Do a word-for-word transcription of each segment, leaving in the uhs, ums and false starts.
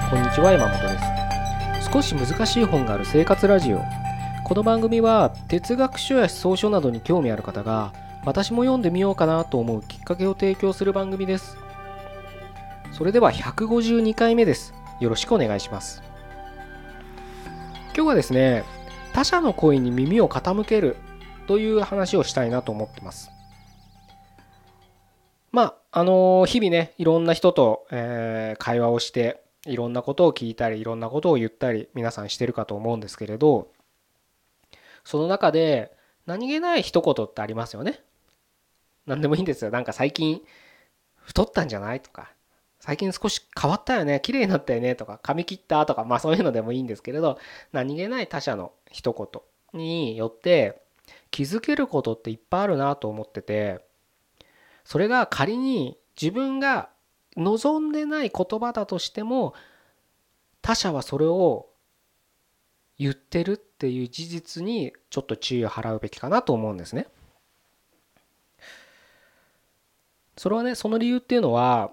こんにちは、山本です。少し難しい本がある生活ラジオ。この番組は哲学書や思想書などに興味ある方が、私も読んでみようかなと思うきっかけを提供する番組です。それではひゃくごじゅうにかいめです。よろしくお願いします。今日はですね、他者の声に耳を傾けるという話をしたいなと思ってます。まあ、あの日々ね、いろんな人と、えー会話をして、いろんなことを聞いたり、いろんなことを言ったり、皆さんしてるかと思うんですけれど、その中で何気ない一言ってありますよね。何でもいいんですよ。なんか最近太ったんじゃないとか、最近少し変わったよね、綺麗になったよねとか、髪切ったとか、まあそういうのでもいいんですけれど、何気ない他者の一言によって気づけることっていっぱいあるなと思ってて、それが仮に自分が望んでない言葉だとしても、他者はそれを言ってるっていう事実にちょっと注意を払うべきかなと思うんですね。それはね、その理由っていうのは、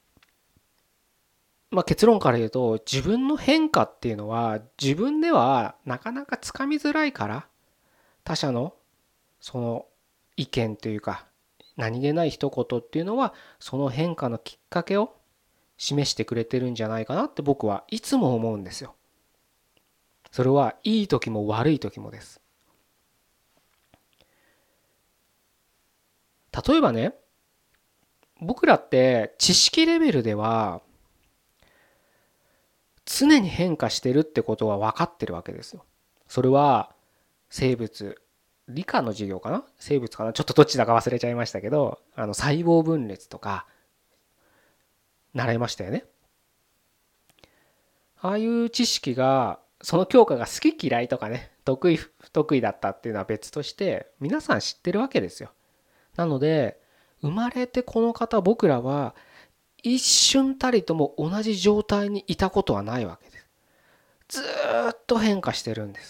まあ、結論から言うと、自分の変化っていうのは自分ではなかなかつかみづらいから、他者のその意見というか、何気ない一言っていうのはその変化のきっかけを示してくれてるんじゃないかなって僕はいつも思うんですよ。それはいい時も悪い時もです。例えばね、僕らって知識レベルでは常に変化してるってことは分かってるわけですよ。それは生物、理科の授業かな、生物かな、ちょっとどっちだか忘れちゃいましたけど、あの細胞分裂とか習いましたよね。ああいう知識が、その教科が好き嫌いとかね、得意不得意だったっていうのは別として皆さん知ってるわけですよ。なので生まれてこの方、僕らは一瞬たりとも同じ状態にいたことはないわけです。ずーっと変化してるんです。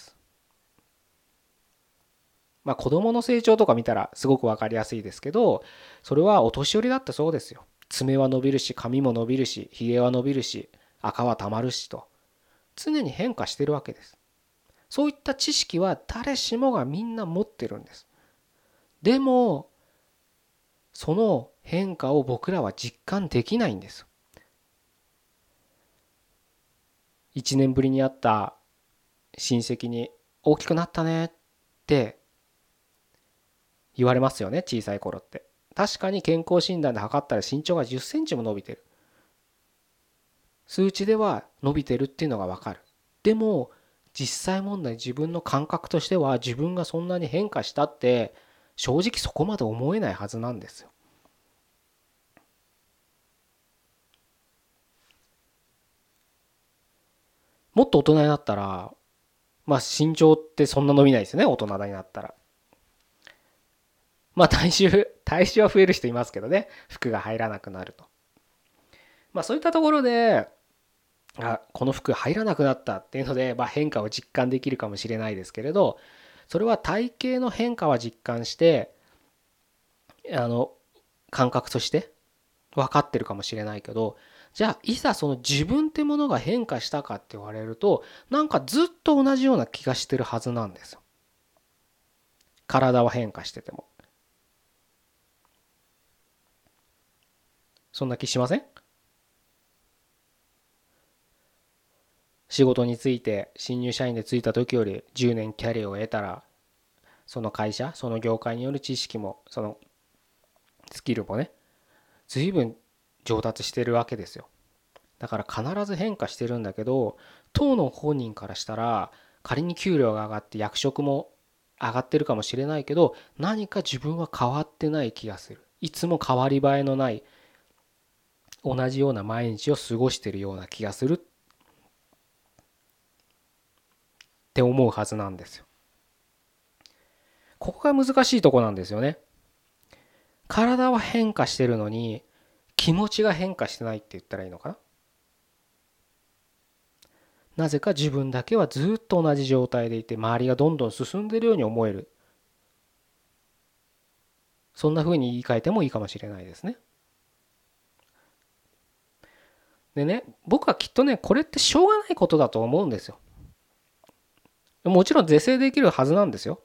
まあ子供の成長とか見たらすごく分かりやすいですけど、それはお年寄りだってそうですよ。爪は伸びるし、髪も伸びるし、ひげは伸びるし、赤はたまるしと、常に変化してるわけです。そういった知識は誰しもがみんな持ってるんです。でもその変化を僕らは実感できないんです。いちねんぶりに会った親戚に大きくなったねって言われますよね、小さい頃って。確かに健康診断で測ったら身長がじゅっセンチも伸びてる。数値では伸びてるっていうのがわかる。でも実際問題、自分の感覚としては自分がそんなに変化したって正直そこまで思えないはずなんですよ。もっと大人になったら、まあ身長ってそんな伸びないですよね、大人になったら。まあ体重、体重は増える人いますけどね。服が入らなくなると。まあそういったところで、あ、この服入らなくなったっていうので、まあ、変化を実感できるかもしれないですけれど、それは体型の変化は実感して、あの、感覚として分かってるかもしれないけど、じゃあいざその自分ってものが変化したかって言われると、なんかずっと同じような気がしてるはずなんですよ。体は変化してても。そんな気しません？仕事について新入社員でついた時よりじゅうねんキャリアを得たら、その会社、その業界による知識も、そのスキルもね、随分上達してるわけですよ。だから必ず変化してるんだけど、当の本人からしたら、仮に給料が上がって役職も上がってるかもしれないけど、何か自分は変わってない気がする。いつも変わり映えのない同じような毎日を過ごしてるような気がするって思うはずなんですよ。ここが難しいとこなんですよね。体は変化してるのに気持ちが変化してないって言ったらいいのかな。なぜか自分だけはずっと同じ状態でいて、周りがどんどん進んでいるように思える。そんな風に言い換えてもいいかもしれないですね。 でね、僕はきっとね、これってしょうがないことだと思うんですよ。もちろん是正できるはずなんですよ。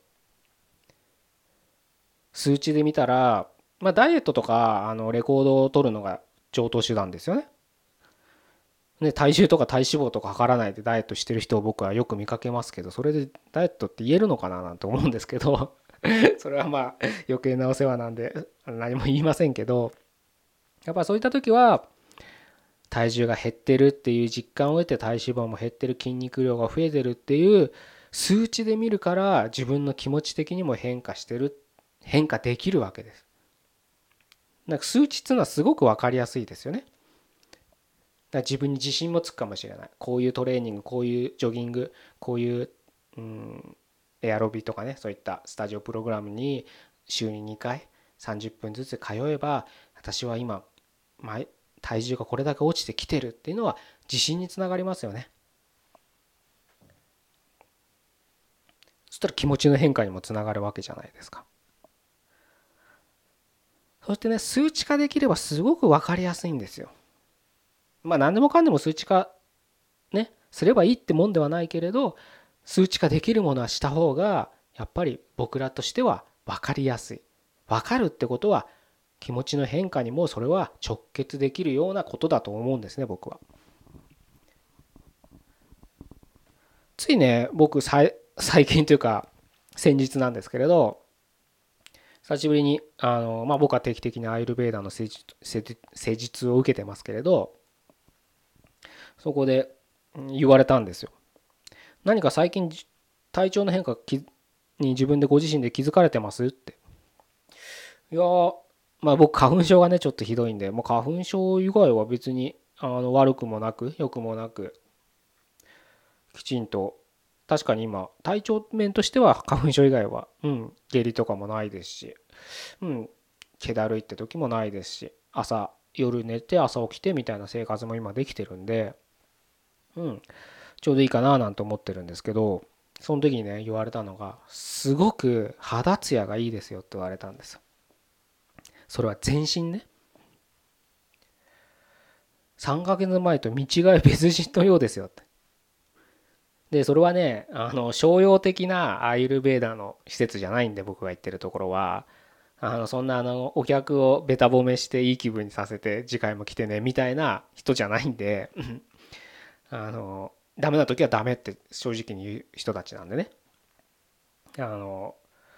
数値で見たら、まあ、ダイエットとかあのレコードを取るのが常套手段ですよね。ね、体重とか体脂肪とか測らないでダイエットしてる人を僕はよく見かけますけど、それでダイエットって言えるのかななんて思うんですけどそれはまあ余計なお世話なんで何も言いませんけど、やっぱそういった時は体重が減ってるっていう実感を得て、体脂肪も減ってる、筋肉量が増えてるっていう数値で見るから、自分の気持ち的にも変化してる、変化できるわけです。なんか数値っていうのはすごく分かりやすいですよね。だから自分に自信もつくかもしれない。こういうトレーニング、こういうジョギング、こういう、うん、エアロビとかね、そういったスタジオプログラムに週ににかいさんじゅっぷんずつ通えば、私は今毎体重がこれだけ落ちてきてるっていうのは自信につながりますよね。そしたら気持ちの変化にもつながるわけじゃないですか。そしてね、数値化できればすごく分かりやすいんですよ。まあ何でもかんでも数値化ねすればいいってもんではないけれど、数値化できるものはした方がやっぱり僕らとしては分かりやすい。分かるってことは気持ちの変化にもそれは直結できるようなことだと思うんですね、僕は。ついね、僕最近というか先日なんですけれど、久しぶりにあの、まあ、僕は定期的にアイルベーダの施術施術を受けてますけれど、そこで言われたんですよ。何か最近体調の変化に自分でご自身で気づかれてますって。いやー、まあ僕花粉症がねちょっとひどいんで、もう花粉症以外は別にあの悪くもなく良くもなく、きちんと、確かに今体調面としては花粉症以外はうん下痢とかもないですし、うん気だるいって時もないですし、朝夜寝て朝起きてみたいな生活も今できてるんで、うんちょうどいいかななんて思ってるんですけど、その時にね言われたのが、すごく肌ツヤがいいですよって言われたんですよ。それは全身ね。さんかげつまえと見違い別人のようですよって。でそれはね、あの商用的なアイルベーダーの施設じゃないんで、僕が言ってるところはあのそんなあのお客をべた褒めしていい気分にさせて次回も来てねみたいな人じゃないんであのダメな時はダメって正直に言う人たちなんでね、あの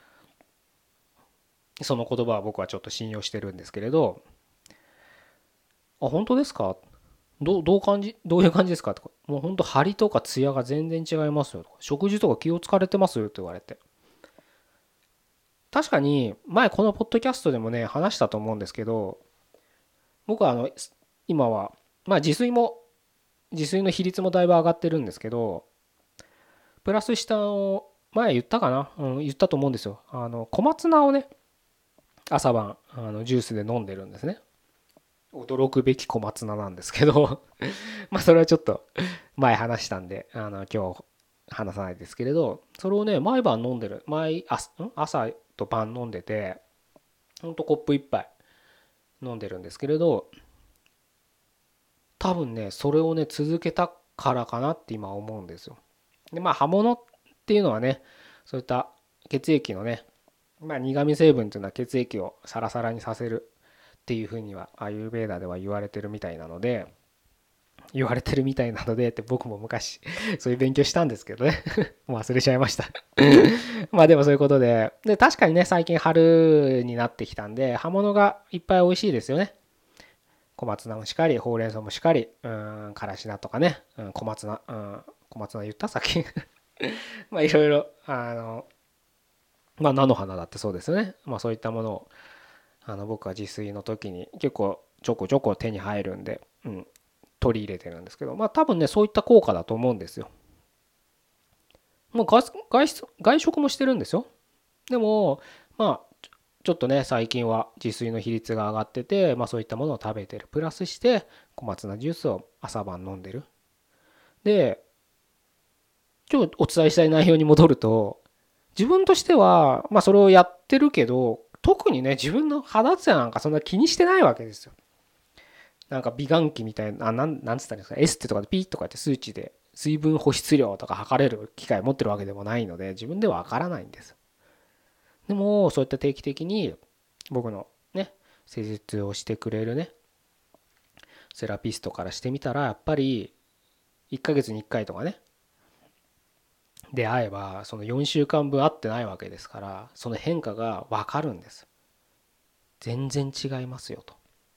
その言葉は僕はちょっと信用してるんですけれど、あ本当ですか、どう、どう感じ、どういう感じですかとか、もう本当張りとかツヤが全然違いますよとか、食事とか気をつかれてますよって言われて。確かに前このポッドキャストでもね話したと思うんですけど、僕はあの今はまあ自炊も自炊の比率もだいぶ上がってるんですけど、プラスしたを前言ったかな、うん、言ったと思うんですよ。あの小松菜をね朝晩あのジュースで飲んでるんですね。驚くべき小松菜なんですけどまあそれはちょっと前話したんであの今日話さないですけれど、それをね毎晩飲んでる、毎朝朝と晩飲んでて、ほんとコップ一杯飲んでるんですけれど、多分ねそれをね続けたからかなって今思うんですよ。でまあ葉物っていうのはね、そういった血液のね、まあ、苦味成分っていうのは血液をサラサラにさせるっていうふうにはアーユルヴェーダでは言われてるみたいなので、言われてるみたいなのでって僕も昔そういう勉強したんですけどねもう忘れちゃいましたまあでもそういうことで、で確かにね最近春になってきたんで葉物がいっぱい美味しいですよね。小松菜もしかり、ほうれん草もしかり、うん、からし菜とかね、うん、小松菜、うん、小松菜言ったさっきまあいろいろ、あの、まあ菜の花だってそうですよね。まあそういったものを、あの僕は自炊の時に結構ちょこちょこ手に入るんで、うん、取り入れてるんですけど、まあ多分ね、そういった効果だと思うんですよ。もう外外出外食もしてるんですよ。でも、まあ、ちょっとね、最近は自炊の比率が上がってて、まあそういったものを食べてる。プラスして小松菜ジュースを朝晩飲んでる。で、今日お伝えしたい内容に戻ると、自分としては、まあそれをやってるけど、特にね、自分の肌ツヤなんかそんな気にしてないわけですよ。 なんか美顔器みたいな、あ、なん、なんつったんですか、エステとかでピッとかやって数値で水分保湿量とか測れる機械を持ってるわけでもないので、自分ではわからないんです。でも、そういった定期的に僕のね、施術をしてくれるね、セラピストからしてみたら、やっぱりいっかげつにいっかいとかね、出会えば、そのよんしゅうかんぶん会ってないわけですから、その変化がわかるんです。全然違いますよと。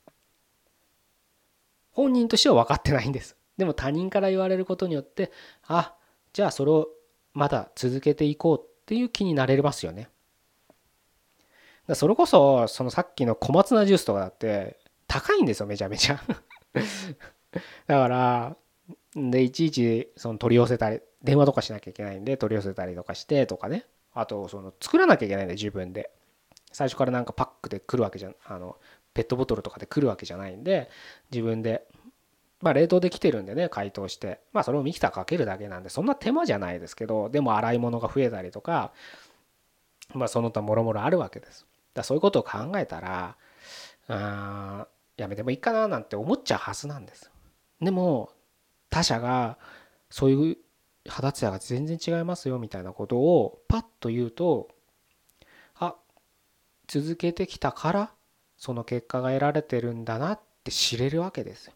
本人としては分かってないんです。でも他人から言われることによって、あ、じゃあそれをまだ続けていこうっていう気になれますよね。だそれこそ、そのさっきの小松菜ジュースとかだって高いんですよ、めちゃめちゃ。だから、で、いちいちその取り寄せたり、電話とかしなきゃいけないんで、取り寄せたりとかしてとかね。あと、その作らなきゃいけないんで、自分で。最初からなんかパックで来るわけじゃん、あの、ペットボトルとかで来るわけじゃないんで、自分で、まあ冷凍できてるんでね、解凍して、まあそれをミキサーかけるだけなんで、そんな手間じゃないですけど、でも洗い物が増えたりとか、まあその他もろもろあるわけです。だそういうことを考えたら、あやめてもいいかななんて思っちゃうはずなんです。でも、他者がそういう肌ツヤが全然違いますよみたいなことをパッと言うと、あ、続けてきたからその結果が得られてるんだなって知れるわけですよ。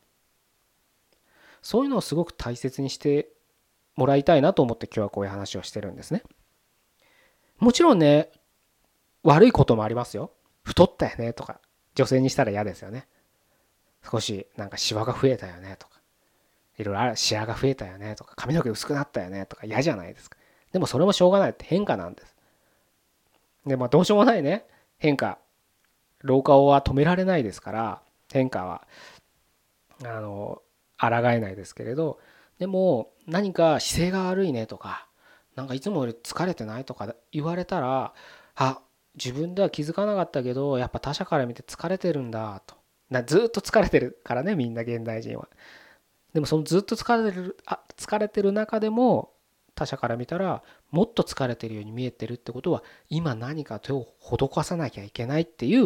そういうのをすごく大切にしてもらいたいなと思って今日はこういう話をしてるんですね。もちろんね、悪いこともありますよ。太ったよねとか、女性にしたら嫌ですよね。少しなんかシワが増えたよねとか、いろいろある、シワが増えたよねとか、髪の毛薄くなったよねとか嫌じゃないですか。でもそれもしょうがないって変化なんです。で、まあどうしようもないね、変化、老化は止められないですから、変化は、あの、抗えないですけれど、でも何か姿勢が悪いねとか、なんかいつもより疲れてないとか言われたら、あ、自分では気づかなかったけど、やっぱ他者から見て疲れてるんだと。なずっと疲れてるからね、みんな現代人は。でもそのずっと疲れてる、あ、疲れてる中でも、他者から見たらもっと疲れてるように見えてるってことは、今何か手を施さなきゃいけないっていう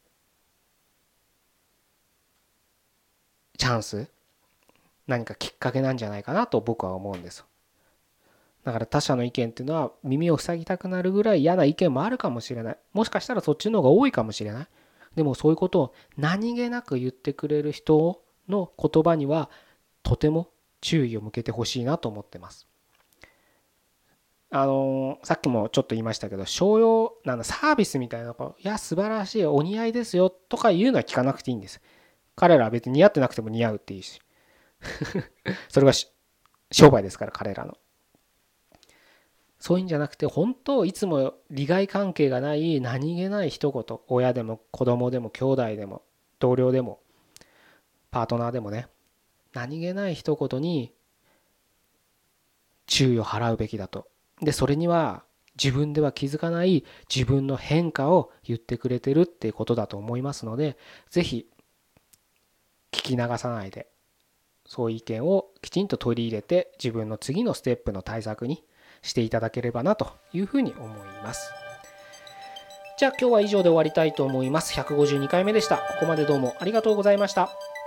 チャンス、何かきっかけなんじゃないかなと僕は思うんです。だから他者の意見っていうのは耳を塞ぎたくなるぐらい嫌な意見もあるかもしれない。もしかしたらそっちの方が多いかもしれない。でもそういうことを何気なく言ってくれる人の言葉にはとても注意を向けてほしいなと思ってます。あのーさっきもちょっと言いましたけど、商用なんだサービスみたいなの、いや素晴らしいお似合いですよとか言うのは聞かなくていいんです。彼らは別に似合ってなくても似合うっていいし、それが商売ですから彼らの。そういうんじゃなくて、本当いつも利害関係がない何気ない一言、親でも子供でも兄弟でも同僚でもパートナーでもね、何気ない一言に注意を払うべきだと。でそれには自分では気づかない自分の変化を言ってくれてるっていうことだと思いますので、ぜひ聞き流さないで、そういう意見をきちんと取り入れて自分の次のステップの対策にしていただければなというふうに思います。じゃあ今日は以上で終わりたいと思います。ひゃくごじゅうにかいめでした。ここまでどうもありがとうございました。